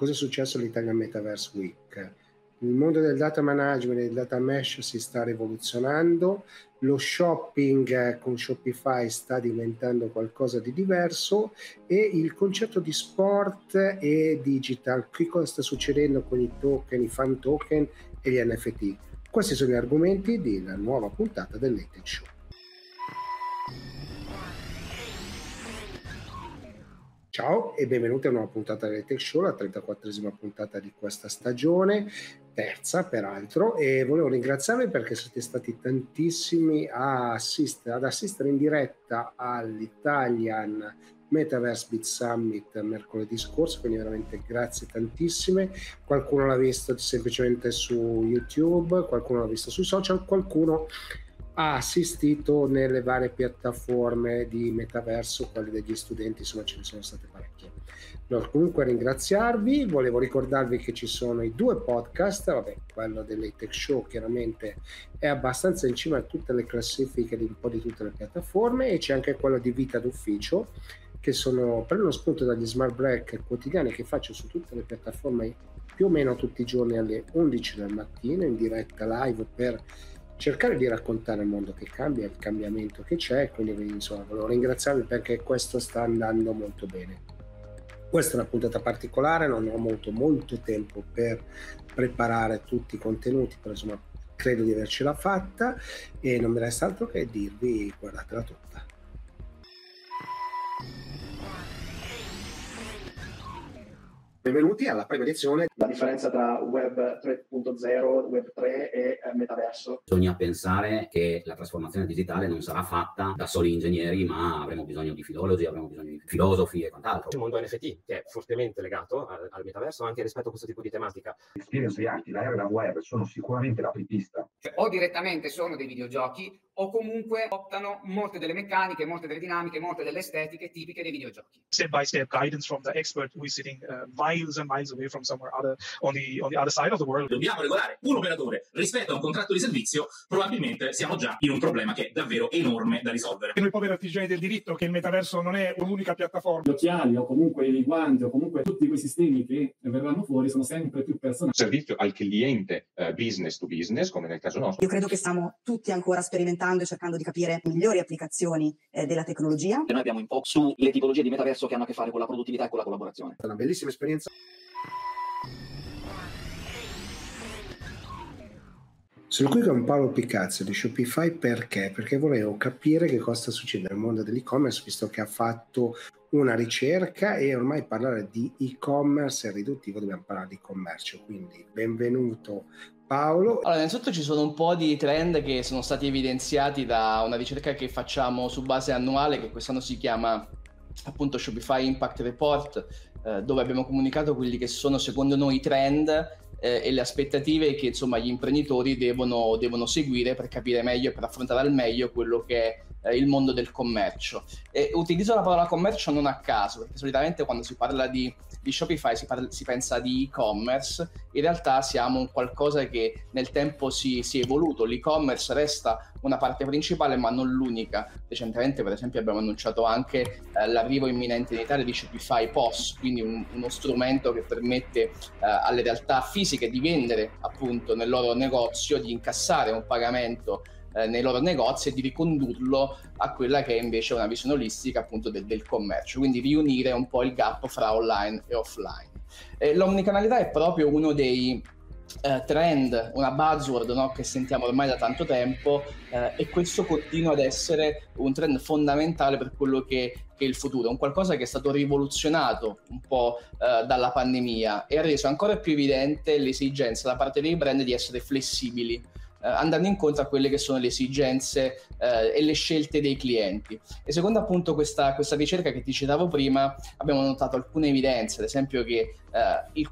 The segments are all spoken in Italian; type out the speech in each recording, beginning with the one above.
cosa è successo all'Italian Metaverse Week? Il mondo del data management e del data mesh si sta rivoluzionando, lo shopping con Shopify sta diventando qualcosa di diverso e il concetto di sport e digital, che cosa sta succedendo con i token, i fan token e gli NFT. Questi sono gli argomenti della nuova puntata del Late Tech Show. Ciao e benvenuti a una nuova puntata del Tech Show, la 34esima puntata di questa stagione, terza peraltro, e volevo ringraziarvi perché siete stati tantissimi ad assistere in diretta all'Italian Metaverse Beat Summit mercoledì scorso, quindi veramente grazie tantissime. Qualcuno l'ha visto semplicemente su YouTube, qualcuno l'ha visto sui social, qualcuno ha assistito nelle varie piattaforme di metaverso, quelle degli studenti, insomma ce ne sono state parecchie. No, comunque ringraziarvi, volevo ricordarvi che ci sono i due podcast, quello delle Tech Show chiaramente è abbastanza in cima a tutte le classifiche di un po' di tutte le piattaforme, e c'è anche quello di Vita d'Ufficio, che prendono spunto dagli smart break quotidiani che faccio su tutte le piattaforme più o meno tutti i giorni alle 11 del mattino in diretta live per cercare di raccontare il mondo che cambia, il cambiamento che c'è, quindi insomma volevo ringraziarvi perché questo sta andando molto bene. Questa è una puntata particolare, non ho molto tempo per preparare tutti i contenuti, però insomma credo di avercela fatta e non mi resta altro che dirvi guardatela tutta. Benvenuti alla prima edizione. La differenza tra Web 3.0, Web 3 e metaverso. Bisogna pensare che la trasformazione digitale non sarà fatta da soli ingegneri, ma avremo bisogno di filologi, avremo bisogno di filosofi e quant'altro. Il mondo NFT, che è fortemente legato al metaverso anche rispetto a questo tipo di tematica. Experience reati, la era web sono sicuramente l'apripista. Cioè, o direttamente sono dei videogiochi o comunque optano molte delle meccaniche, molte delle dinamiche, molte delle estetiche tipiche dei videogiochi. Step by step guidance from the expert who is sitting miles and miles away from somewhere other on the other side of the world. Dobbiamo regolare un operatore rispetto a un contratto di servizio, probabilmente siamo già in un problema che è davvero enorme da risolvere. E noi poveri artigiani del diritto, che il metaverso non è un'unica piattaforma. Gli occhiali o comunque i guanti o comunque tutti quei sistemi che verranno fuori sono sempre più personali. Servizio al cliente business to business, come nel caso nostro. Io credo che stiamo tutti ancora sperimentando e cercando di capire migliori applicazioni della tecnologia. Noi abbiamo un po' sulle tipologie di metaverso che hanno a che fare con la produttività e con la collaborazione. È una bellissima esperienza. Sono qui con Paolo Picazzo di Shopify perché volevo capire che cosa sta succedendo nel mondo dell'e-commerce, visto che ha fatto una ricerca e ormai parlare di e-commerce è riduttivo, dobbiamo parlare di commercio, quindi benvenuto Paolo. Allora, innanzitutto ci sono un po' di trend che sono stati evidenziati da una ricerca che facciamo su base annuale, che quest'anno si chiama appunto Shopify Impact Report, dove abbiamo comunicato quelli che sono secondo noi i trend e le aspettative che insomma gli imprenditori devono seguire per capire meglio e per affrontare al meglio quello che è il mondo del commercio. E utilizzo la parola commercio non a caso, perché solitamente quando si parla di Shopify si pensa di e-commerce. In realtà siamo un qualcosa che nel tempo si è evoluto. L'e-commerce resta una parte principale ma non l'unica. Recentemente per esempio abbiamo annunciato anche l'arrivo imminente in Italia di Shopify POS, quindi uno strumento che permette alle realtà fisiche di vendere appunto nel loro negozio, di incassare un pagamento nei loro negozi e di ricondurlo a quella che è invece una visione olistica appunto del commercio, quindi riunire un po' il gap fra online e offline. L'omnicanalità è proprio uno dei trend, una buzzword, no, che sentiamo ormai da tanto tempo, e questo continua ad essere un trend fondamentale per quello che è il futuro, un qualcosa che è stato rivoluzionato un po' dalla pandemia e ha reso ancora più evidente l'esigenza da parte dei brand di essere flessibili, andando incontro a quelle che sono le esigenze e le scelte dei clienti. E secondo appunto questa ricerca che ti citavo prima, abbiamo notato alcune evidenze, ad esempio che il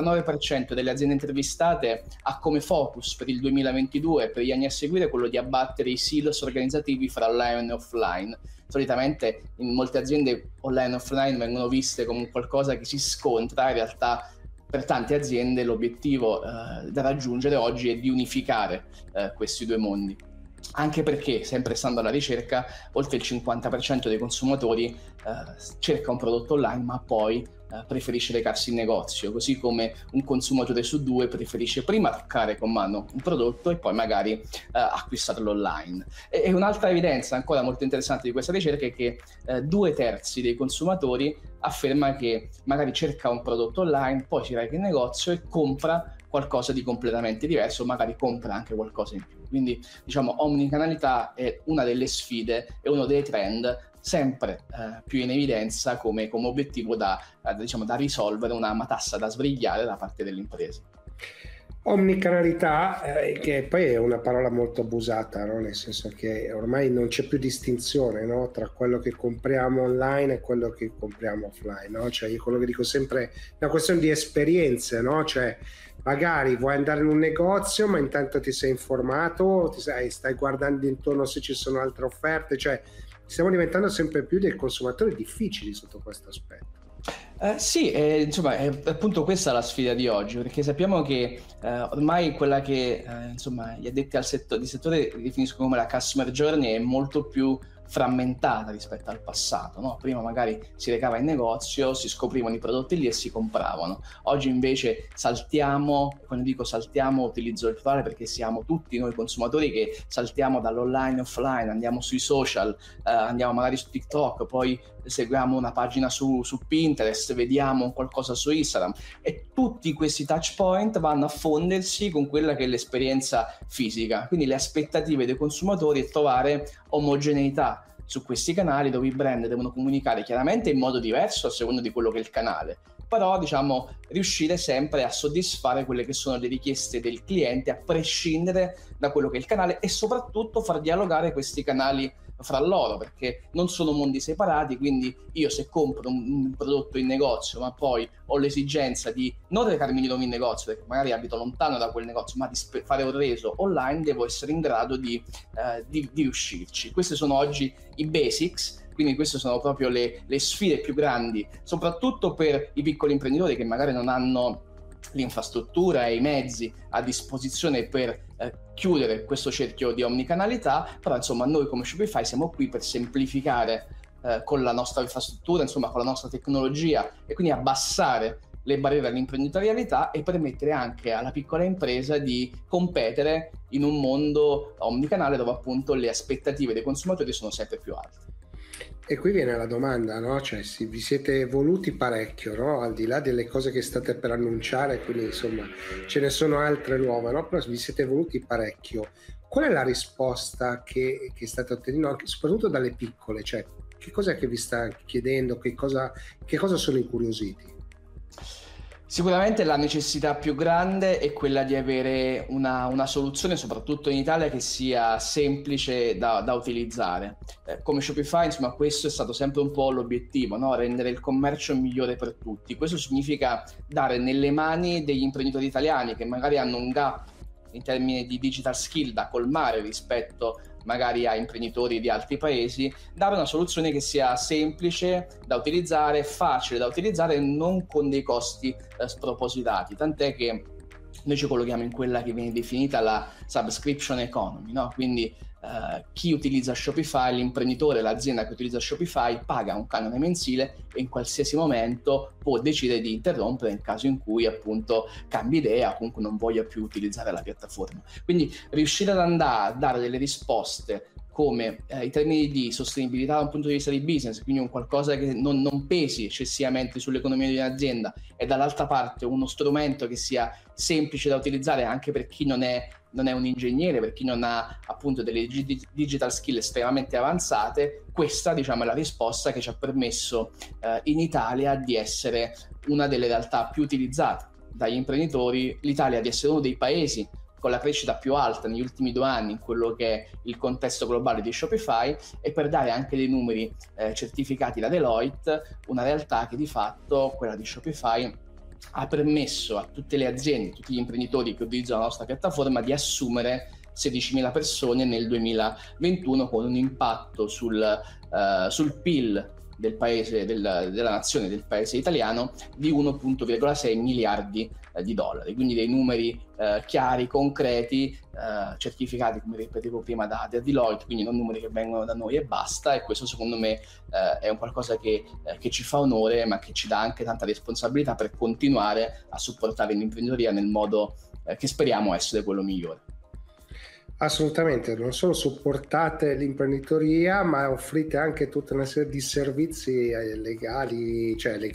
49% delle aziende intervistate ha come focus per il 2022 e per gli anni a seguire quello di abbattere i silos organizzativi fra online e offline. Solitamente in molte aziende online e offline vengono viste come un qualcosa che si scontra, in realtà per tante aziende l'obiettivo da raggiungere oggi è di unificare questi due mondi. Anche perché, sempre stando alla ricerca, oltre il 50% dei consumatori cerca un prodotto online, ma poi preferisce recarsi in negozio, così come un consumatore su 2 preferisce prima toccare con mano un prodotto e poi magari acquistarlo online. E un'altra evidenza ancora molto interessante di questa ricerca è che 2/3 dei consumatori afferma che magari cerca un prodotto online, poi si reca in negozio e compra qualcosa di completamente diverso, magari compra anche qualcosa in più. Quindi diciamo omnicanalità è una delle sfide e uno dei trend sempre più in evidenza come obiettivo da risolvere, una matassa da sbrigliare da parte delle imprese. Omnicanalità, che poi è una parola molto abusata, no? Nel senso che ormai non c'è più distinzione, no? Tra quello che compriamo online e quello che compriamo offline, no? Cioè io quello che dico sempre è una questione di esperienze, no? Cioè magari vuoi andare in un negozio ma intanto ti sei informato, stai guardando intorno se ci sono altre offerte, cioè stiamo diventando sempre più dei consumatori difficili sotto questo aspetto. Sì, insomma è appunto questa la sfida di oggi, perché sappiamo che ormai quella che insomma gli addetti al settore definiscono come la customer journey è molto più frammentata rispetto al passato, no? Prima magari si recava in negozio, si scoprivano i prodotti lì e si compravano. Oggi invece saltiamo, quando dico saltiamo utilizzo il plurale perché siamo tutti noi consumatori che saltiamo dall'online offline, andiamo sui social, andiamo magari su TikTok, poi seguiamo una pagina su Pinterest, vediamo qualcosa su Instagram e tutti questi touch point vanno a fondersi con quella che è l'esperienza fisica. Quindi le aspettative dei consumatori è trovare omogeneità su questi canali dove i brand devono comunicare chiaramente in modo diverso a seconda di quello che è il canale, però diciamo riuscire sempre a soddisfare quelle che sono le richieste del cliente a prescindere da quello che è il canale e soprattutto far dialogare questi canali fra loro, perché non sono mondi separati. Quindi io se compro un prodotto in negozio ma poi ho l'esigenza di non recarmi di nuovo in negozio perché magari abito lontano da quel negozio, ma di fare un reso online, devo essere in grado di riuscirci. Queste sono oggi i basics, quindi queste sono proprio le sfide più grandi, soprattutto per i piccoli imprenditori che magari non hanno l'infrastruttura e i mezzi a disposizione per chiudere questo cerchio di omnicanalità. Però insomma noi come Shopify siamo qui per semplificare con la nostra infrastruttura, insomma con la nostra tecnologia, e quindi abbassare le barriere all'imprenditorialità e permettere anche alla piccola impresa di competere in un mondo omnicanale dove appunto le aspettative dei consumatori sono sempre più alte. E qui viene la domanda, no? Cioè, vi siete evoluti parecchio, no? Al di là delle cose che state per annunciare, quindi insomma ce ne sono altre nuove, no? Però vi siete evoluti parecchio. Qual è la risposta che state ottenendo, soprattutto dalle piccole? Cioè, che cos'è che vi sta chiedendo? Che cosa sono incuriositi? Sicuramente la necessità più grande è quella di avere una soluzione, soprattutto in Italia, che sia semplice da utilizzare. Come Shopify, insomma, questo è stato sempre un po' l'obiettivo, no? Rendere il commercio migliore per tutti. Questo significa dare nelle mani degli imprenditori italiani che magari hanno un gap in termini di digital skill da colmare rispetto magari a imprenditori di altri paesi, dare una soluzione che sia semplice da utilizzare, facile da utilizzare e non con dei costi spropositati, tant'è che noi ci collochiamo in quella che viene definita la subscription economy, no? Quindi chi utilizza Shopify, l'imprenditore, l'azienda che utilizza Shopify paga un canone mensile e in qualsiasi momento può decidere di interrompere nel caso in cui appunto cambi idea o comunque non voglia più utilizzare la piattaforma. Quindi riuscire ad andare a dare delle risposte come i termini di sostenibilità da un punto di vista di business, quindi un qualcosa che non pesi eccessivamente sull'economia di un'azienda, e dall'altra parte uno strumento che sia semplice da utilizzare anche per chi non è un ingegnere, per chi non ha appunto delle digital skill estremamente avanzate. Questa diciamo è la risposta che ci ha permesso in Italia di essere una delle realtà più utilizzate dagli imprenditori, l'Italia di essere uno dei paesi con la crescita più alta negli ultimi 2 anni in quello che è il contesto globale di Shopify, e per dare anche dei numeri certificati da Deloitte, una realtà che di fatto, quella di Shopify, ha permesso a tutte le aziende, tutti gli imprenditori che utilizzano la nostra piattaforma di assumere 16.000 persone nel 2021, con un impatto sul PIL del paese, della nazione, del paese italiano, di 1,6 miliardi di dollari, quindi dei numeri chiari, concreti, certificati, come ripetevo prima, da Deloitte, quindi non numeri che vengono da noi e basta, e questo secondo me è un qualcosa che ci fa onore, ma che ci dà anche tanta responsabilità per continuare a supportare l'imprenditoria nel modo che speriamo essere quello migliore. Assolutamente, non solo supportate l'imprenditoria, ma offrite anche tutta una serie di servizi legali,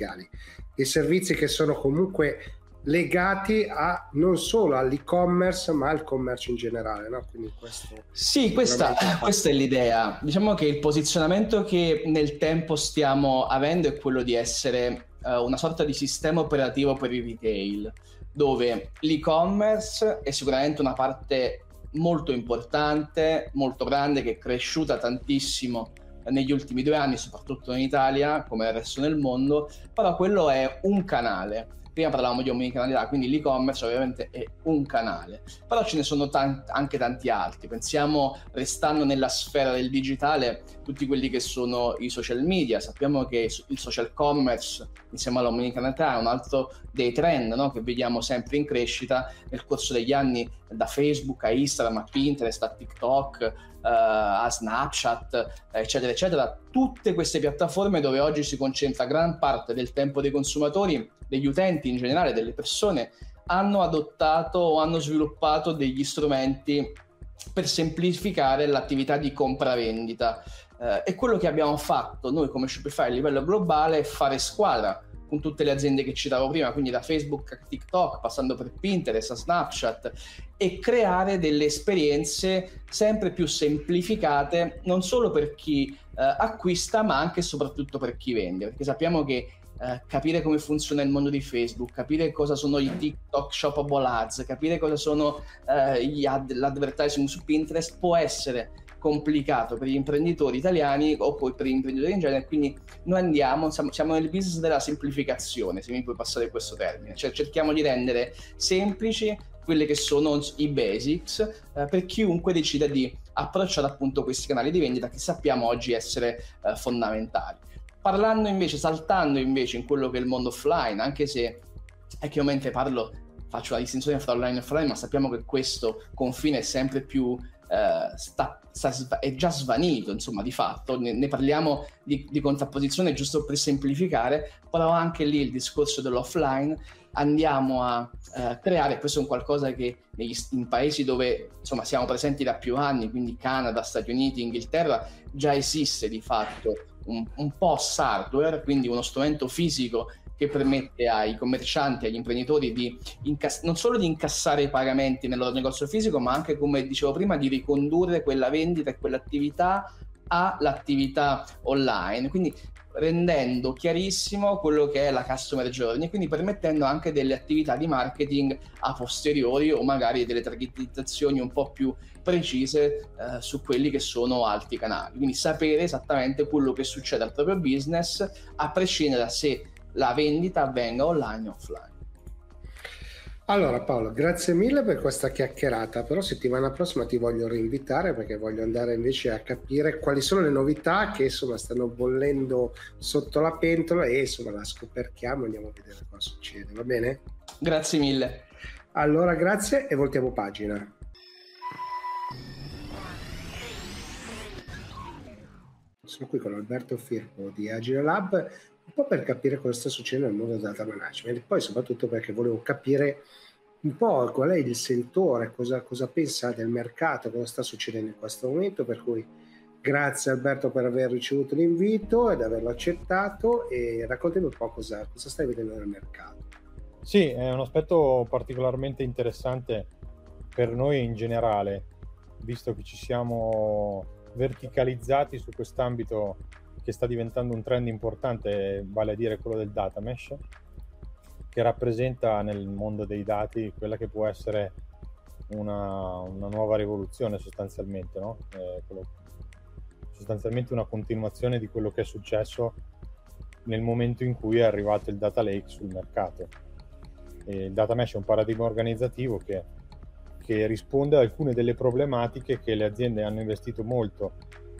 dei servizi che sono comunque legati a non solo all'e-commerce ma al commercio in generale, no? Quindi questo sì, questa è l'idea. Diciamo che il posizionamento che nel tempo stiamo avendo è quello di essere una sorta di sistema operativo per il retail, dove l'e-commerce è sicuramente una parte molto importante, molto grande, che è cresciuta tantissimo negli ultimi 2 anni, soprattutto in Italia come nel resto del mondo, però quello è un canale. Prima parlavamo di omnicanalità, quindi l'e-commerce ovviamente è un canale, però ce ne sono anche tanti altri. Pensiamo, restando nella sfera del digitale, tutti quelli che sono i social media. Sappiamo che il social commerce insieme all'omnicanalità è un altro dei trend, no? Che vediamo sempre in crescita nel corso degli anni, da Facebook a Instagram a Pinterest a TikTok a Snapchat, eccetera eccetera. Tutte queste piattaforme dove oggi si concentra gran parte del tempo dei consumatori, degli utenti in generale, delle persone, hanno adottato o hanno sviluppato degli strumenti per semplificare l'attività di compravendita, e quello che abbiamo fatto noi come Shopify a livello globale è fare squadra con tutte le aziende che citavo prima, quindi da Facebook a TikTok, passando per Pinterest a Snapchat, e creare delle esperienze sempre più semplificate, non solo per chi acquista, ma anche e soprattutto per chi vende, perché sappiamo che capire come funziona il mondo di Facebook, capire cosa sono i TikTok shoppable ads, capire cosa sono l'advertising su Pinterest può essere complicato per gli imprenditori italiani o poi per gli imprenditori in genere. Quindi noi siamo nel business della semplificazione, se mi puoi passare questo termine, cioè cerchiamo di rendere semplici quelle che sono i basics per chiunque decida di approcciare appunto questi canali di vendita che sappiamo oggi essere fondamentali. Saltando invece in quello che è il mondo offline, anche se chiaramente faccio la distinzione fra online e offline, ma sappiamo che questo confine è sempre più è già svanito, insomma, di fatto. Ne parliamo di contrapposizione giusto per semplificare, però anche lì il discorso dell'offline andiamo a creare, questo è un qualcosa che in paesi dove insomma siamo presenti da più anni, quindi Canada, Stati Uniti, Inghilterra, già esiste di fatto un POS hardware, quindi uno strumento fisico che permette ai commercianti, agli imprenditori di non solo di incassare i pagamenti nel loro negozio fisico, ma anche, come dicevo prima, di ricondurre quella vendita e quell'attività all'attività online, quindi rendendo chiarissimo quello che è la customer journey, quindi permettendo anche delle attività di marketing a posteriori o magari delle targetizzazioni un po' più precise su quelli che sono altri canali, quindi sapere esattamente quello che succede al proprio business a prescindere da se la vendita avvenga online o offline. Allora Paolo, grazie mille per questa chiacchierata, però settimana prossima ti voglio reinvitare perché voglio andare invece a capire quali sono le novità che insomma stanno bollendo sotto la pentola e insomma la scoperchiamo, andiamo a vedere cosa succede, va bene? Grazie mille. Allora grazie e voltiamo pagina. Sono qui con Alberto Firpo di Agile Lab, un po' per capire cosa sta succedendo nel mondo del data management e poi soprattutto perché volevo capire un po' qual è il sentore, cosa pensa del mercato, cosa sta succedendo in questo momento, per cui grazie Alberto per aver ricevuto l'invito ed averlo accettato e raccontami un po' cosa stai vedendo nel mercato. Sì, è un aspetto particolarmente interessante per noi in generale, visto che ci siamo verticalizzati su quest'ambito che sta diventando un trend importante, vale a dire quello del data mesh, che rappresenta nel mondo dei dati quella che può essere una nuova rivoluzione sostanzialmente, no? Sostanzialmente una continuazione di quello che è successo nel momento in cui è arrivato il data lake sul mercato. E il data mesh è un paradigma organizzativo che risponde ad alcune delle problematiche che le aziende hanno investito molto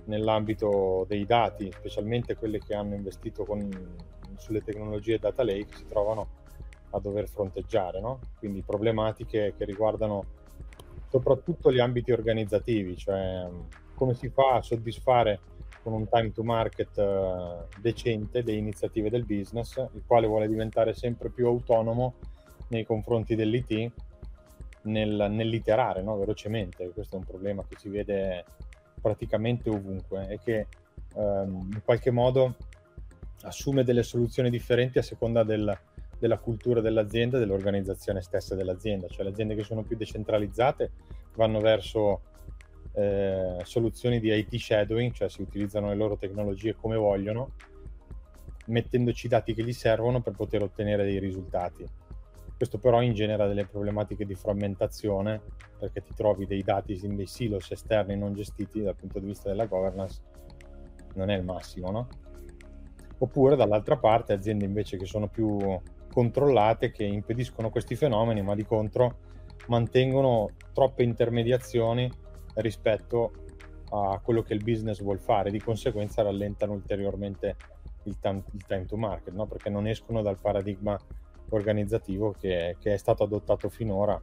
nell'ambito dei dati, specialmente quelle che hanno investito sulle tecnologie data lake, si trovano a dover fronteggiare, no? Quindi problematiche che riguardano soprattutto gli ambiti organizzativi, cioè come si fa a soddisfare con un time to market decente le iniziative del business, il quale vuole diventare sempre più autonomo nei confronti dell'IT nell'iterare, no? Velocemente. Questo è un problema che si vede praticamente ovunque e che in qualche modo assume delle soluzioni differenti a seconda della cultura dell'azienda e dell'organizzazione stessa dell'azienda. Cioè le aziende che sono più decentralizzate vanno verso soluzioni di IT shadowing, cioè si utilizzano le loro tecnologie come vogliono, mettendoci i dati che gli servono per poter ottenere dei risultati. Questo però ingenera delle problematiche di frammentazione, perché ti trovi dei dati in dei silos esterni non gestiti dal punto di vista della governance, non è il massimo, no? Oppure dall'altra parte aziende invece che sono più controllate, che impediscono questi fenomeni, ma di contro mantengono troppe intermediazioni rispetto a quello che il business vuol fare, di conseguenza rallentano ulteriormente il time to market, no? Perché non escono dal paradigma organizzativo che è stato adottato finora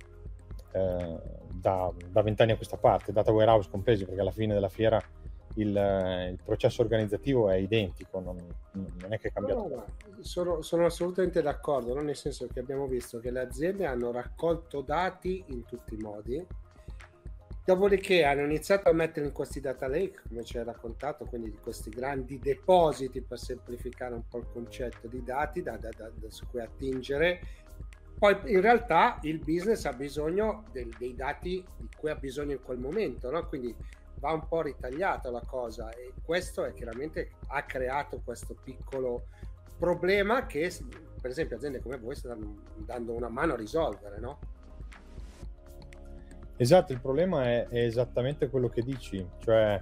da 20 anni a questa parte, data warehouse compresi, perché alla fine della fiera il processo organizzativo è identico, non è che è cambiato. No, sono assolutamente d'accordo, no? Nel senso che abbiamo visto che le aziende hanno raccolto dati in tutti i modi, dopodiché hanno iniziato a mettere in questi data lake, come ci hai raccontato, quindi di questi grandi depositi, per semplificare un po' il concetto di dati su cui attingere. Poi in realtà il business ha bisogno dei dati di cui ha bisogno in quel momento, no? Quindi va un po' ritagliata la cosa, e questo è chiaramente ha creato questo piccolo problema che per esempio aziende come voi stanno dando una mano a risolvere, no? Esatto, il problema è esattamente quello che dici, cioè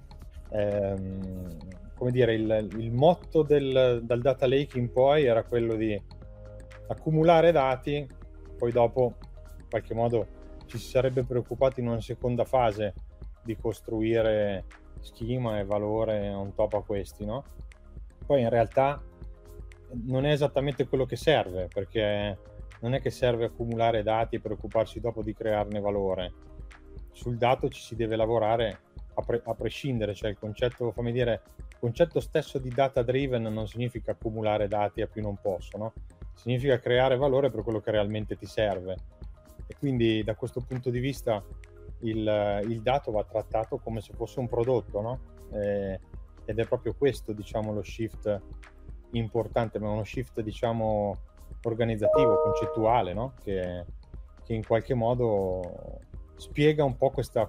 come dire, il motto dal data lake in poi era quello di accumulare dati, poi dopo in qualche modo ci si sarebbe preoccupati in una seconda fase di costruire schema e valore on top a questi, no? Poi in realtà non è esattamente quello che serve, perché non è che serve accumulare dati e preoccuparsi dopo di crearne valore. Sul dato ci si deve lavorare a prescindere, cioè il concetto stesso di data driven non significa accumulare dati a più non posso, no? Significa creare valore per quello che realmente ti serve. E quindi da questo punto di vista il dato va trattato come se fosse un prodotto, no? Ed è proprio questo, diciamo, lo shift importante, ma uno shift, diciamo, organizzativo, concettuale, no? Che in qualche modo spiega un po' questa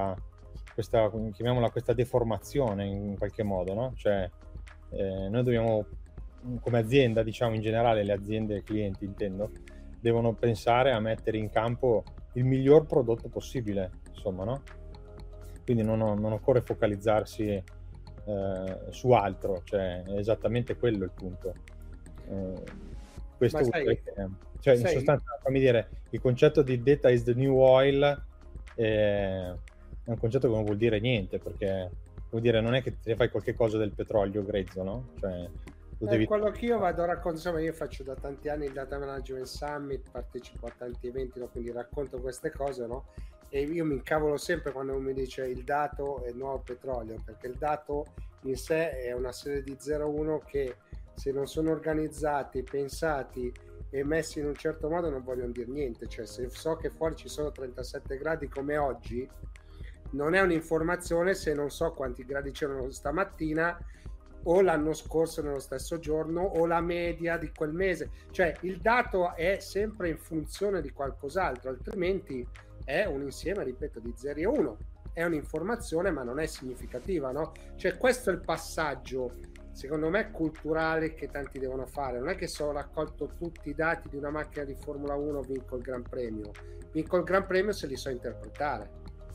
chiamiamola questa deformazione in qualche modo, no? Cioè noi dobbiamo, come azienda, diciamo, in generale le aziende clienti intendo, devono pensare a mettere in campo il miglior prodotto possibile, insomma, no? Quindi non occorre focalizzarsi su altro, cioè è esattamente quello il punto. Questo cioè in sostanza, fammi dire, il concetto di data is the new oil è un concetto che non vuol dire niente, perché vuol dire non è che te fai qualche cosa del petrolio grezzo, no? Cioè quello che io vado a raccontare, insomma, io faccio da tanti anni il Data Management Summit, partecipo a tanti eventi, no? Quindi racconto queste cose, no? E io mi incavolo sempre quando uno mi dice il dato è il nuovo petrolio, perché il dato in sé è una serie di 0-1 che se non sono organizzati, pensati e messi in un certo modo non vogliono dire niente. Cioè se so che fuori ci sono 37 gradi come oggi, non è un'informazione se non so quanti gradi c'erano stamattina o l'anno scorso nello stesso giorno o la media di quel mese. Cioè il dato è sempre in funzione di qualcos'altro, altrimenti è un insieme, ripeto, di 0 e 1. È un'informazione ma non è significativa, no? Cioè questo è il passaggio, secondo me, culturale che tanti devono fare. Non è che se ho raccolto tutti i dati di una macchina di Formula 1 vinco il Gran Premio. Vinco il Gran Premio se li so interpretare.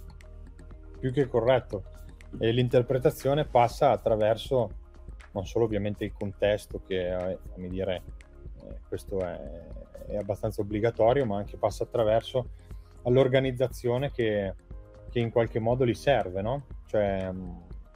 Più che corretto. E l'interpretazione passa attraverso non solo ovviamente il contesto, che fammi dire questo è abbastanza obbligatorio, ma anche passa attraverso all'organizzazione che in qualche modo li serve, no? Cioè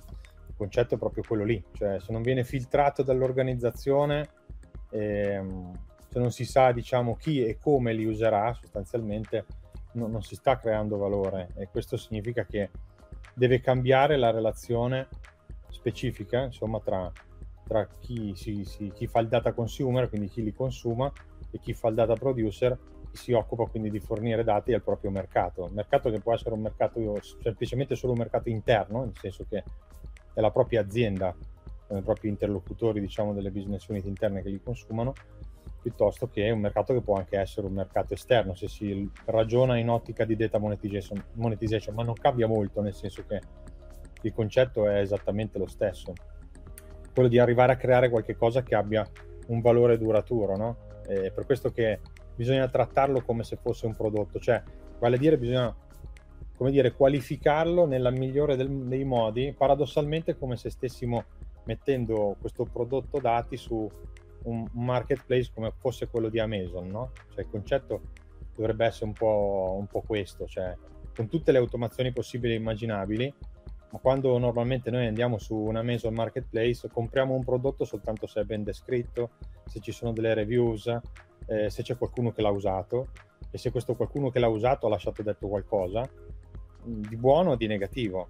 concetto è proprio quello lì, cioè se non viene filtrato dall'organizzazione, se non si sa, diciamo, chi e come li userà, sostanzialmente non si sta creando valore, e questo significa che deve cambiare la relazione specifica, insomma, tra chi fa il data consumer, quindi chi li consuma, e chi fa il data producer, che si occupa quindi di fornire dati al proprio mercato che può essere un mercato semplicemente solo un mercato interno, nel senso che è la propria azienda con i propri interlocutori, diciamo, delle business unit interne che li consumano, piuttosto che un mercato che può anche essere un mercato esterno, se si ragiona in ottica di data monetization, ma non cambia molto, nel senso che il concetto è esattamente lo stesso, quello di arrivare a creare qualche cosa che abbia un valore duraturo, no? È per questo che bisogna trattarlo come se fosse un prodotto, cioè, vale a dire, bisogna, come dire, qualificarlo nella migliore dei modi, paradossalmente come se stessimo mettendo questo prodotto dati su un marketplace come fosse quello di Amazon, no? Cioè il concetto dovrebbe essere un po' questo, cioè con tutte le automazioni possibili e immaginabili, ma quando normalmente noi andiamo su un Amazon Marketplace compriamo un prodotto soltanto se è ben descritto, se ci sono delle reviews, se c'è qualcuno che l'ha usato, e se questo qualcuno che l'ha usato ha lasciato detto qualcosa di buono o di negativo.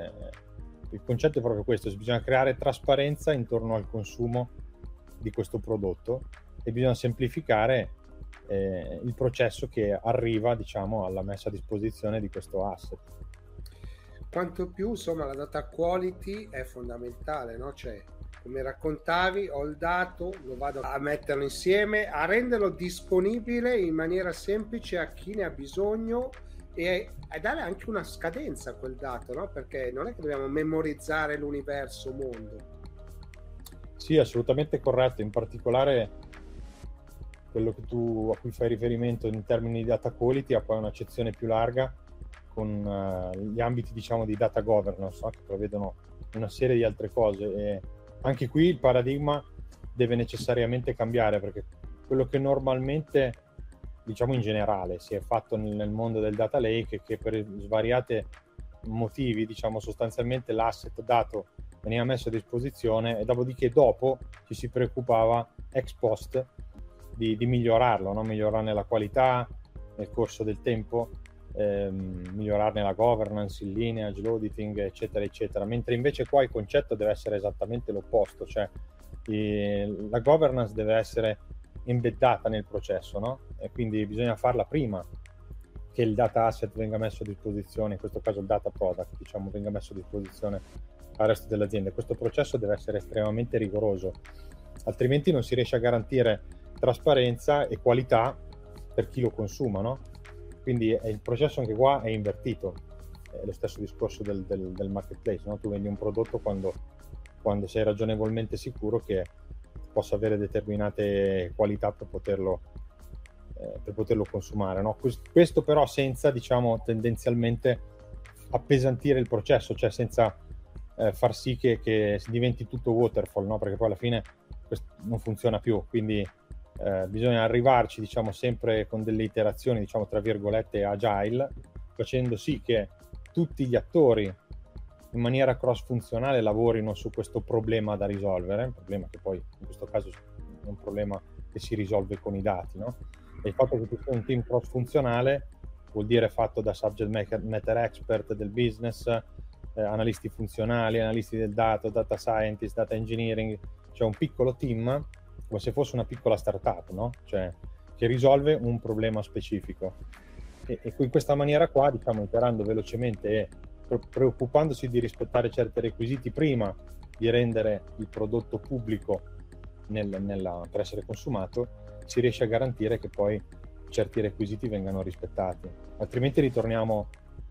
Il concetto è proprio questo: bisogna creare trasparenza intorno al consumo di questo prodotto e bisogna semplificare il processo che arriva, diciamo, alla messa a disposizione di questo asset. Quanto più, insomma, la data quality è fondamentale, no? Cioè, come raccontavi, ho il dato, lo vado a metterlo insieme, a renderlo disponibile in maniera semplice a chi ne ha bisogno e a dare anche una scadenza a quel dato, no? Perché non è che dobbiamo memorizzare l'universo mondo. Sì, assolutamente corretto, in particolare quello a cui fai riferimento in termini di data quality ha poi un'accezione più larga con gli ambiti, diciamo, di data governance, no? Che prevedono una serie di altre cose, e anche qui il paradigma deve necessariamente cambiare, perché quello che normalmente, diciamo, in generale si è fatto nel mondo del data lake è che per svariati motivi, diciamo, sostanzialmente l'asset dato veniva messo a disposizione e dopodiché dopo ci si preoccupava ex post di migliorarlo, no? Migliorarne la qualità nel corso del tempo, migliorarne la governance, il lineage, l'auditing, eccetera eccetera, mentre invece qua il concetto deve essere esattamente l'opposto, cioè la governance deve essere embeddata nel processo, no? E quindi bisogna farla prima che il data asset venga messo a disposizione, in questo caso il data product, diciamo, venga messo a disposizione al resto dell'azienda. Questo processo deve essere estremamente rigoroso, altrimenti non si riesce a garantire trasparenza e qualità per chi lo consuma, no? Quindi il processo anche qua è invertito, è lo stesso discorso del marketplace, no? Tu vendi un prodotto quando sei ragionevolmente sicuro che possa avere determinate qualità per poterlo consumare, no? Questo però senza, diciamo, tendenzialmente appesantire il processo, cioè senza far sì che diventi tutto waterfall, no? Perché poi alla fine questo non funziona più, quindi bisogna arrivarci, diciamo, sempre con delle iterazioni, diciamo, tra virgolette agile, facendo sì che tutti gli attori in maniera cross funzionale lavorino su questo problema da risolvere, un problema che poi in questo caso è un problema che si risolve con i dati, no? E il fatto che ci sia un team cross funzionale vuol dire fatto da subject matter expert del business, analisti funzionali, analisti del data scientist, data engineering, cioè un piccolo team come se fosse una piccola startup, no? Cioè che risolve un problema specifico, e in questa maniera qua, diciamo, iterando velocemente e preoccupandosi di rispettare certi requisiti prima di rendere il prodotto pubblico per essere consumato, si riesce a garantire che poi certi requisiti vengano rispettati, altrimenti ritorniamo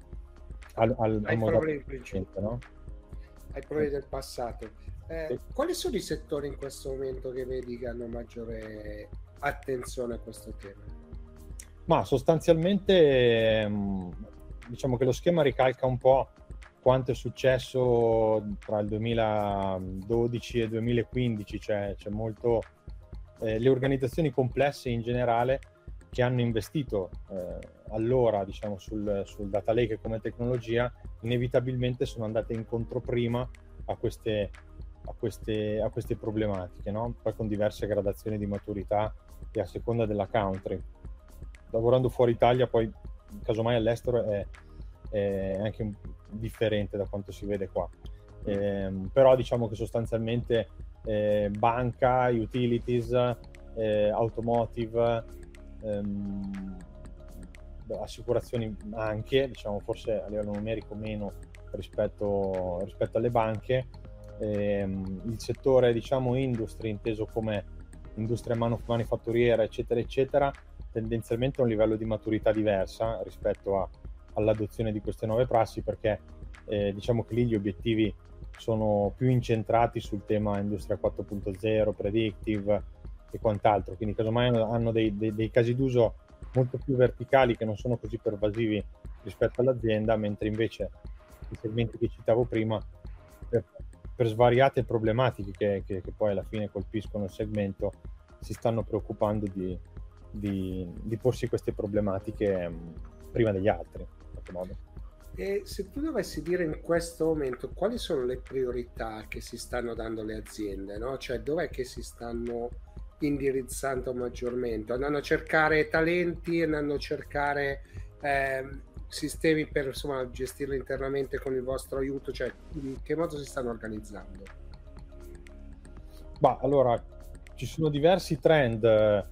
al modello precedente, no? Ai problemi del passato. Quali sono i settori in questo momento che vedi che hanno maggiore attenzione a questo tema? Ma sostanzialmente diciamo che lo schema ricalca un po' quanto è successo tra il 2012 e il 2015, cioè c'è molto le organizzazioni complesse in generale che hanno investito allora, diciamo, sul data lake come tecnologia, inevitabilmente sono andate in controprima a queste problematiche, no? Poi con diverse gradazioni di maturità e a seconda della country. Lavorando fuori Italia, poi casomai all'estero è anche differente da quanto si vede qua. Però diciamo che sostanzialmente banca, utilities, automotive, assicurazioni anche, diciamo forse a livello numerico meno rispetto alle banche. Il settore, diciamo, industry, inteso come industria manifatturiera, eccetera, eccetera, tendenzialmente ha un livello di maturità diversa rispetto all'adozione di queste nuove prassi, perché diciamo che lì gli obiettivi sono più incentrati sul tema industria 4.0, predictive e quant'altro, quindi casomai hanno dei casi d'uso molto più verticali che non sono così pervasivi rispetto all'azienda, mentre invece i segmenti che citavo prima, per svariate problematiche che poi alla fine colpiscono il segmento, si stanno preoccupando di porsi queste problematiche prima degli altri, in qualche modo. E se tu dovessi dire in questo momento quali sono le priorità che si stanno dando le aziende, no? Cioè dov'è che si stanno indirizzando maggiormente? Andando a cercare talenti, andando a cercare sistemi per insomma gestirli internamente con il vostro aiuto, cioè in che modo si stanno organizzando? Allora, ci sono diversi trend.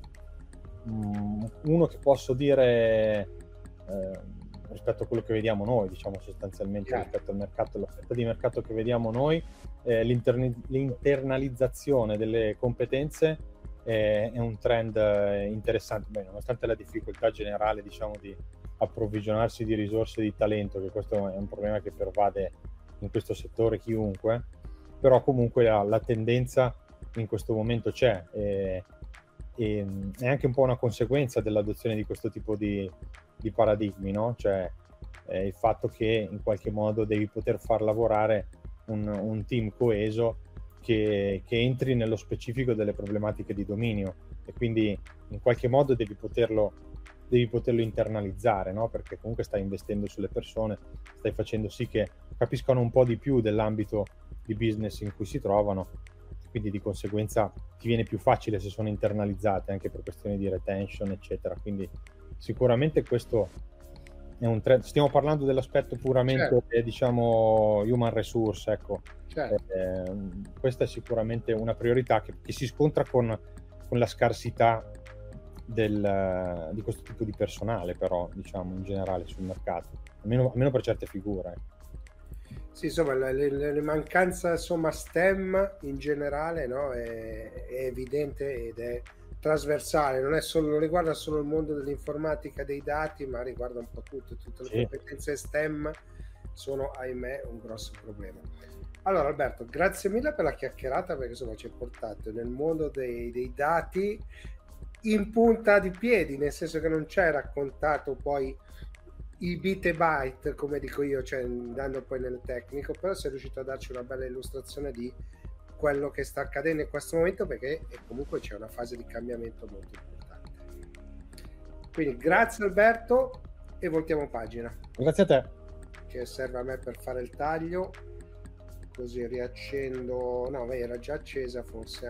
Uno che posso dire rispetto a quello che vediamo noi, diciamo sostanzialmente rispetto al mercato, l'offerta di mercato che vediamo noi, l'internalizzazione delle competenze è un trend interessante. Beh, nonostante la difficoltà generale, diciamo, di approvvigionarsi di risorse di talento, che questo è un problema che pervade in questo settore chiunque, però comunque la tendenza in questo momento c'è, e è anche un po' una conseguenza dell'adozione di questo tipo di paradigmi, no? Cioè il fatto che in qualche modo devi poter far lavorare un team coeso che entri nello specifico delle problematiche di dominio, e quindi in qualche modo devi poterlo internalizzare, no? Perché comunque stai investendo sulle persone, stai facendo sì che capiscano un po' di più dell'ambito di business in cui si trovano, quindi di conseguenza ti viene più facile se sono internalizzate, anche per questioni di retention, eccetera. Quindi sicuramente questo è un trend. Stiamo parlando dell'aspetto puramente, diciamo, human resource, ecco. Questa è sicuramente una priorità che si scontra con la scarsità di questo tipo di personale, però, diciamo, in generale sul mercato, almeno per certe figure. Sì, insomma, la mancanza, insomma, STEM in generale, no, è evidente ed è trasversale, non riguarda solo il mondo dell'informatica, dei dati, ma riguarda un po' tutto. Tutte le competenze STEM sono, ahimè, un grosso problema. Allora, Alberto, grazie mille per la chiacchierata, perché insomma ci hai portato nel mondo dei dati in punta di piedi, nel senso che non ci hai raccontato poi i bit e byte, come dico io, cioè andando poi nel tecnico, però sei riuscito a darci una bella illustrazione di quello che sta accadendo in questo momento, perché comunque c'è una fase di cambiamento molto importante. Quindi grazie Alberto, e voltiamo pagina. Grazie a te. Che serve a me per fare il taglio, così riaccendo. No, era già accesa forse.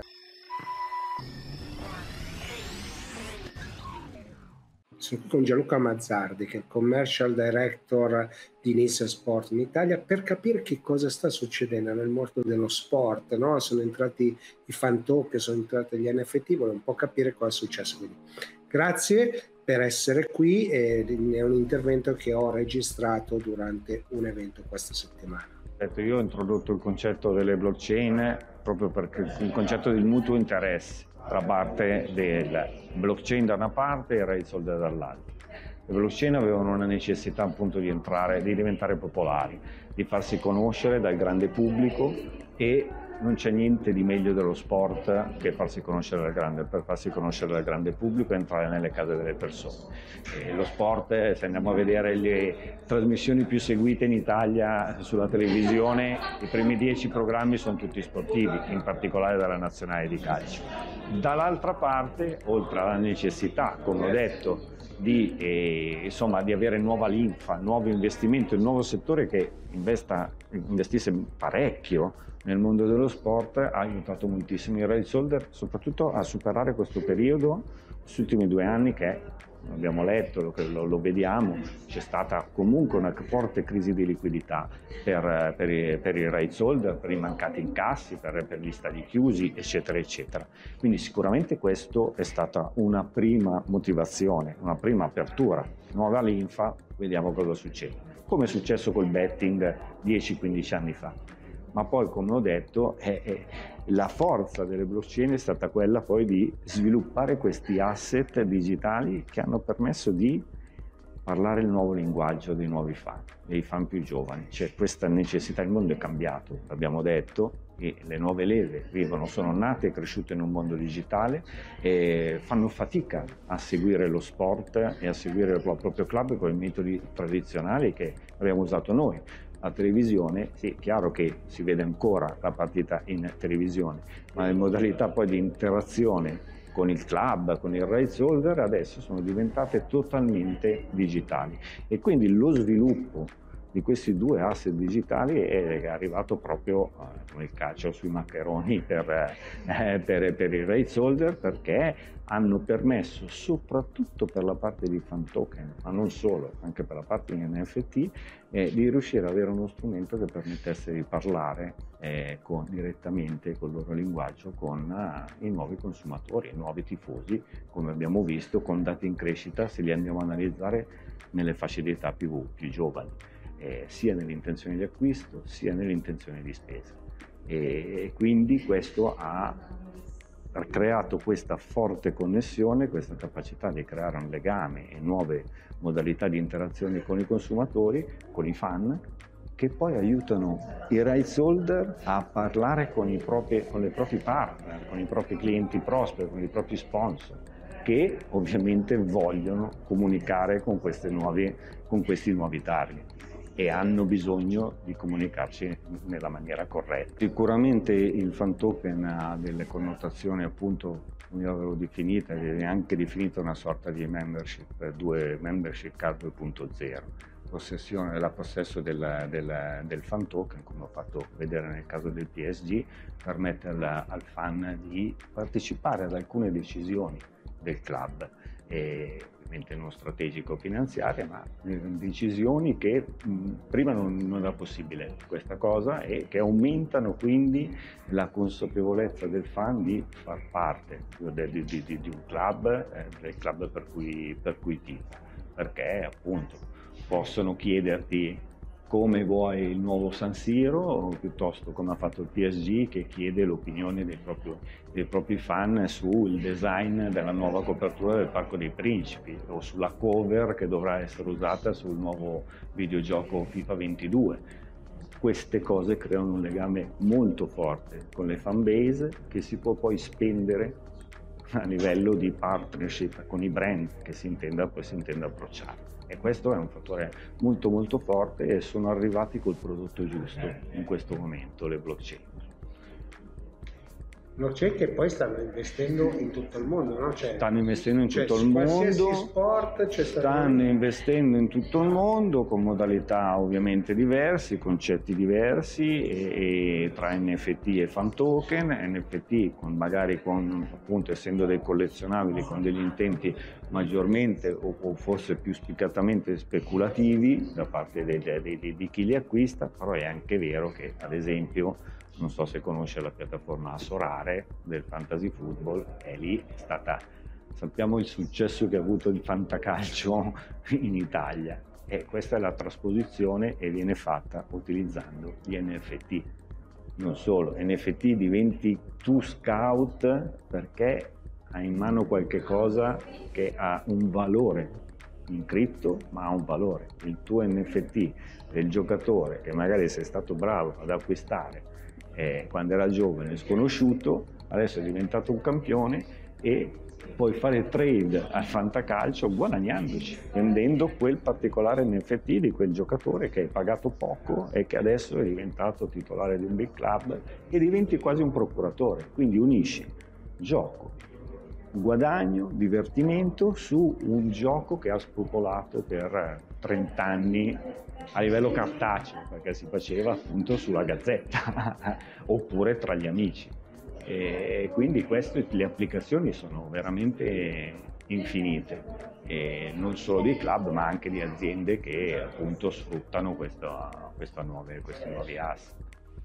Sono con Gianluca Mazzardi, che è il Commercial Director di Nielsen Sport in Italia, per capire che cosa sta succedendo nel mondo dello sport, no? Sono entrati i fan talk, sono entrati gli NFT, volevo un po' capire cosa è successo. Quindi, grazie per essere qui, è un intervento che ho registrato durante un evento questa settimana. Io ho introdotto il concetto delle blockchain proprio perché il concetto del mutuo interesse tra parte del blockchain da una parte e il raised dall'altra. Le blockchain avevano una necessità appunto di diventare popolari, di farsi conoscere dal grande pubblico, e non c'è niente di meglio dello sport che farsi conoscere per farsi conoscere dal grande pubblico e entrare nelle case delle persone. E lo sport, se andiamo a vedere le trasmissioni più seguite in Italia sulla televisione, i primi 10 programmi sono tutti sportivi, in particolare dalla nazionale di calcio. Dall'altra parte, oltre alla necessità, come ho detto, di avere nuova linfa, nuovo investimento, il nuovo settore che investisse parecchio nel mondo dello sport ha aiutato moltissimo i Rails Holder, soprattutto a superare questo periodo, questi ultimi 2 anni che abbiamo letto, lo vediamo, c'è stata comunque una forte crisi di liquidità per i Rails Holder, per i mancati incassi, per gli stadi chiusi, eccetera, eccetera. Quindi sicuramente questo è stata una prima motivazione, una prima apertura. Nuova linfa, vediamo cosa succede. Come è successo col betting 10-15 anni fa. Ma poi, come ho detto, la forza delle blockchain è stata quella poi di sviluppare questi asset digitali che hanno permesso di parlare il nuovo linguaggio dei nuovi fan, dei fan più giovani. C'è questa necessità, il mondo è cambiato, l'abbiamo detto, e le nuove leve sono nate e cresciute in un mondo digitale e fanno fatica a seguire lo sport e a seguire il proprio club con i metodi tradizionali che abbiamo usato noi. La televisione, sì, è chiaro che si vede ancora la partita in televisione, ma le modalità poi di interazione con il club, con il Rails Holder, adesso sono diventate totalmente digitali. E quindi lo sviluppo di questi 2 asset digitali è arrivato proprio come il calcio sui maccheroni per i Rails Holder, perché hanno permesso, soprattutto per la parte di fan token, ma non solo, anche per la parte di NFT, di riuscire ad avere uno strumento che permettesse di parlare direttamente col loro linguaggio con i nuovi consumatori, i nuovi tifosi, come abbiamo visto con dati in crescita se li andiamo a analizzare nelle fasce di età più giovani. Sia nelle intenzioni di acquisto sia nelle intenzioni di spesa, e quindi questo ha creato questa forte connessione, questa capacità di creare un legame e nuove modalità di interazione con i consumatori, con i fan, che poi aiutano i Rails Holder a parlare con i propri partner, con i propri clienti prosperi, con i propri sponsor, che ovviamente vogliono comunicare con questi nuovi target e hanno bisogno di comunicarci nella maniera corretta. Sicuramente il fan token ha delle connotazioni, appunto, come avevo definita, ed è anche definita una sorta di membership card 2.0. La possesso del fan token, come ho fatto vedere nel caso del PSG, permette al fan di partecipare ad alcune decisioni del club, ovviamente non strategico-finanziarie, ma decisioni che prima non era possibile questa cosa, e che aumentano quindi la consapevolezza del fan di far parte di un club, del club per cui tifa, perché appunto possono chiederti come vuoi il nuovo San Siro, o piuttosto come ha fatto il PSG, che chiede l'opinione dei propri fan sul design della nuova copertura del Parco dei Principi, o sulla cover che dovrà essere usata sul nuovo videogioco FIFA 22. Queste cose creano un legame molto forte con le fan base, che si può poi spendere a livello di partnership con i brand che si intenda approcciare. E questo è un fattore molto molto forte, e sono arrivati col prodotto giusto in questo momento le blockchain. Blockchain che poi stanno investendo in tutto il mondo, no? Stanno investendo in tutto il mondo, stanno investendo in tutto il mondo con modalità ovviamente diverse, concetti diversi, e tra NFT e fan token. NFT magari appunto, essendo dei collezionabili, con degli intenti maggiormente o forse più spiccatamente speculativi da parte di chi li acquista, però è anche vero che, ad esempio, non so se conosce la piattaforma Sorare del Fantasy Football, e lì è stata, sappiamo il successo che ha avuto il fantacalcio in Italia, e questa è la trasposizione, e viene fatta utilizzando gli NFT. Non solo, NFT diventi tu scout perché hai in mano qualche cosa che ha un valore in cripto, ma ha un valore. Il tuo NFT del giocatore che magari sei stato bravo ad acquistare quando era giovane, sconosciuto, adesso è diventato un campione, e puoi fare trade al fantacalcio guadagnandoci, vendendo quel particolare NFT di quel giocatore che hai pagato poco e che adesso è diventato titolare di un big club, e diventi quasi un procuratore. Quindi unisci gioco, guadagno, divertimento su un gioco che ha spopolato per 30 anni a livello cartaceo, perché si faceva appunto sulla gazzetta oppure tra gli amici. E quindi le applicazioni sono veramente infinite, e non solo di club ma anche di aziende che appunto sfruttano questi nuovi asset.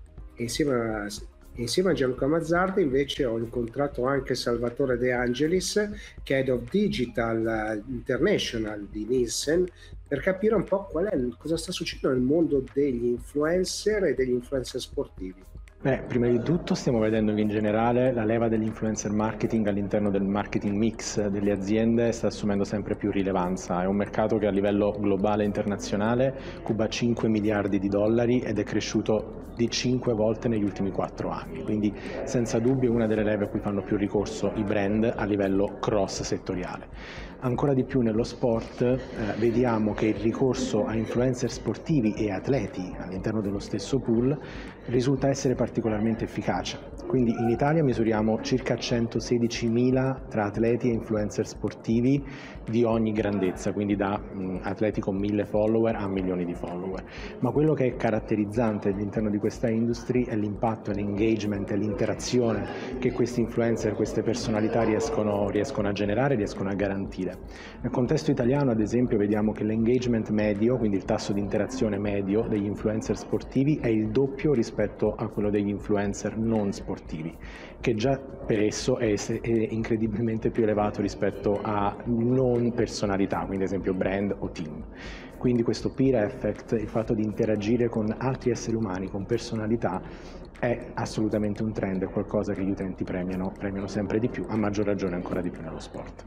Insieme a Gianluca Mazzardi invece ho incontrato anche Salvatore De Angelis, che è Head of Digital International di Nielsen, per capire un po' cosa sta succedendo nel mondo degli influencer e degli influencer sportivi. Prima di tutto stiamo vedendo che in generale la leva dell'influencer marketing all'interno del marketing mix delle aziende sta assumendo sempre più rilevanza. È un mercato che a livello globale e internazionale cuba 5 miliardi di dollari ed è cresciuto di 5 volte negli ultimi 4 anni, quindi senza dubbio è una delle leve a cui fanno più ricorso i brand a livello cross settoriale. Ancora di più nello sport vediamo che il ricorso a influencer sportivi e atleti all'interno dello stesso pool risulta essere particolarmente efficace. Quindi in Italia misuriamo circa 116.000 tra atleti e influencer sportivi di ogni grandezza, quindi da atleti con 1.000 follower a milioni di follower. Ma quello che è caratterizzante all'interno di questa industry è l'impatto, l'engagement e l'interazione che questi influencer, queste personalità riescono a generare, riescono a garantire. Nel contesto italiano, ad esempio, vediamo che l'engagement medio, quindi il tasso di interazione medio degli influencer sportivi, è il doppio rispetto a quello degli influencer non sportivi, che già per esso è incredibilmente più elevato rispetto a non personalità, quindi ad esempio brand o team. Quindi questo peer effect, il fatto di interagire con altri esseri umani, con personalità, è assolutamente un trend, è qualcosa che gli utenti premiano sempre di più, a maggior ragione ancora di più nello sport.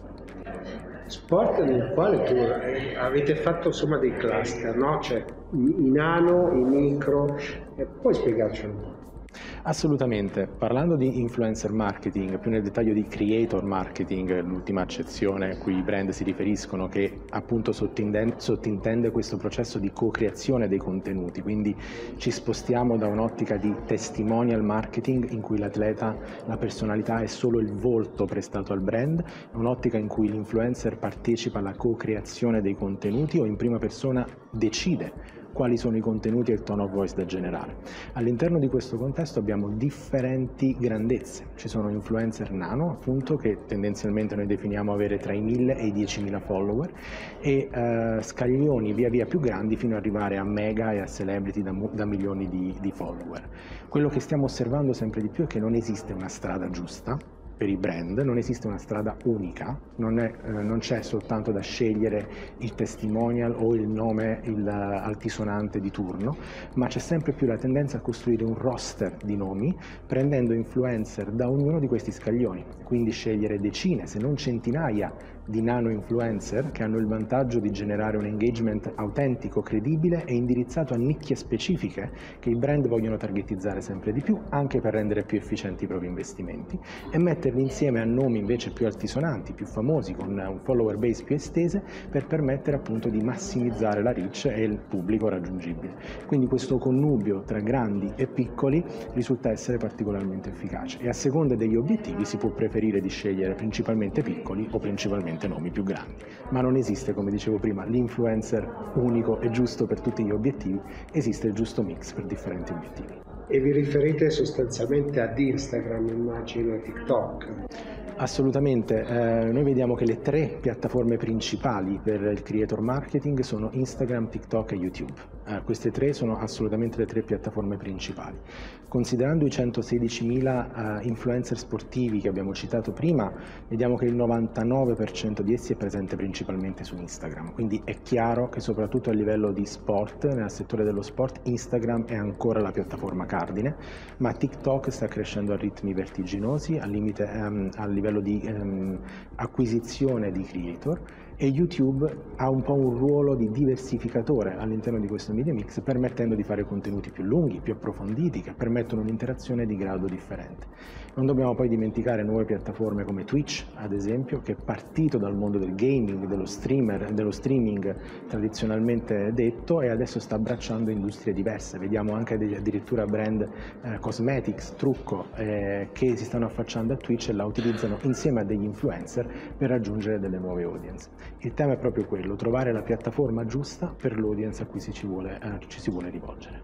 Sport nel quale tu avete fatto insomma dei cluster, no? Cioè i nano, i micro, puoi spiegarci un po'? Assolutamente, parlando di influencer marketing, più nel dettaglio di creator marketing, l'ultima accezione a cui i brand si riferiscono, che appunto sottintende questo processo di co-creazione dei contenuti, quindi ci spostiamo da un'ottica di testimonial marketing in cui l'atleta, la personalità è solo il volto prestato al brand, un'ottica in cui l'influencer partecipa alla co-creazione dei contenuti o in prima persona decide quali sono i contenuti e il tone of voice da generare. All'interno di questo contesto abbiamo differenti grandezze. Ci sono influencer nano, appunto, che tendenzialmente noi definiamo avere tra i 1.000 e i 10.000 follower, e scaglioni via via più grandi fino ad arrivare a mega e a celebrity da milioni di follower. Quello che stiamo osservando sempre di più è che non esiste una strada giusta per i brand, non esiste una strada unica, non c'è soltanto da scegliere il testimonial o il nome, il altisonante di turno, ma c'è sempre più la tendenza a costruire un roster di nomi prendendo influencer da ognuno di questi scaglioni, quindi scegliere decine, se non centinaia di nano influencer che hanno il vantaggio di generare un engagement autentico, credibile e indirizzato a nicchie specifiche che i brand vogliono targetizzare sempre di più, anche per rendere più efficienti i propri investimenti, e metterli insieme a nomi invece più altisonanti, più famosi, con un follower base più estese, per permettere appunto di massimizzare la reach e il pubblico raggiungibile. Quindi questo connubio tra grandi e piccoli risulta essere particolarmente efficace, e a seconda degli obiettivi si può preferire di scegliere principalmente piccoli o principalmente nomi più grandi, ma non esiste, come dicevo prima, l'influencer unico e giusto per tutti gli obiettivi, esiste il giusto mix per differenti obiettivi. E vi riferite sostanzialmente ad Instagram, immagino, e TikTok? Assolutamente, noi vediamo che le 3 piattaforme principali per il creator marketing sono Instagram, TikTok e YouTube. Queste 3 sono assolutamente le 3 piattaforme principali. Considerando i 116.000 influencer sportivi che abbiamo citato prima, vediamo che il 99% di essi è presente principalmente su Instagram, quindi è chiaro che soprattutto a livello di sport, nel settore dello sport, Instagram è ancora la piattaforma cardine, ma TikTok sta crescendo a ritmi vertiginosi, a livello di acquisizione di creator, e YouTube ha un po' un ruolo di diversificatore all'interno di questo media mix, permettendo di fare contenuti più lunghi, più approfonditi, che permettono un'interazione di grado differente. Non dobbiamo poi dimenticare nuove piattaforme come Twitch, ad esempio, che è partito dal mondo del gaming, dello streaming tradizionalmente detto, e adesso sta abbracciando industrie diverse. Vediamo anche addirittura brand cosmetics, trucco, che si stanno affacciando a Twitch e la utilizzano insieme a degli influencer per raggiungere delle nuove audience. Il tema è proprio quello, trovare la piattaforma giusta per l'audience a cui ci si vuole rivolgere.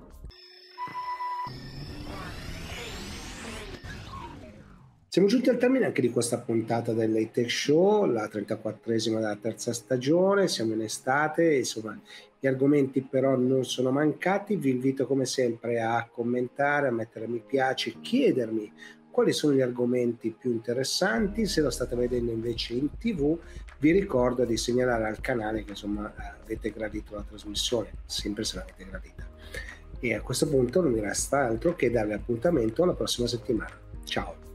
Siamo giunti al termine anche di questa puntata del Late Tech Show, la 34esima della terza stagione. Siamo in estate, insomma gli argomenti però non sono mancati. Vi invito come sempre a commentare, a mettere mi piace, chiedermi quali sono gli argomenti più interessanti. Se lo state vedendo invece in TV, vi ricordo di segnalare al canale che insomma avete gradito la trasmissione, sempre se l'avete gradita. E a questo punto non mi resta altro che darvi appuntamento alla prossima settimana. Ciao!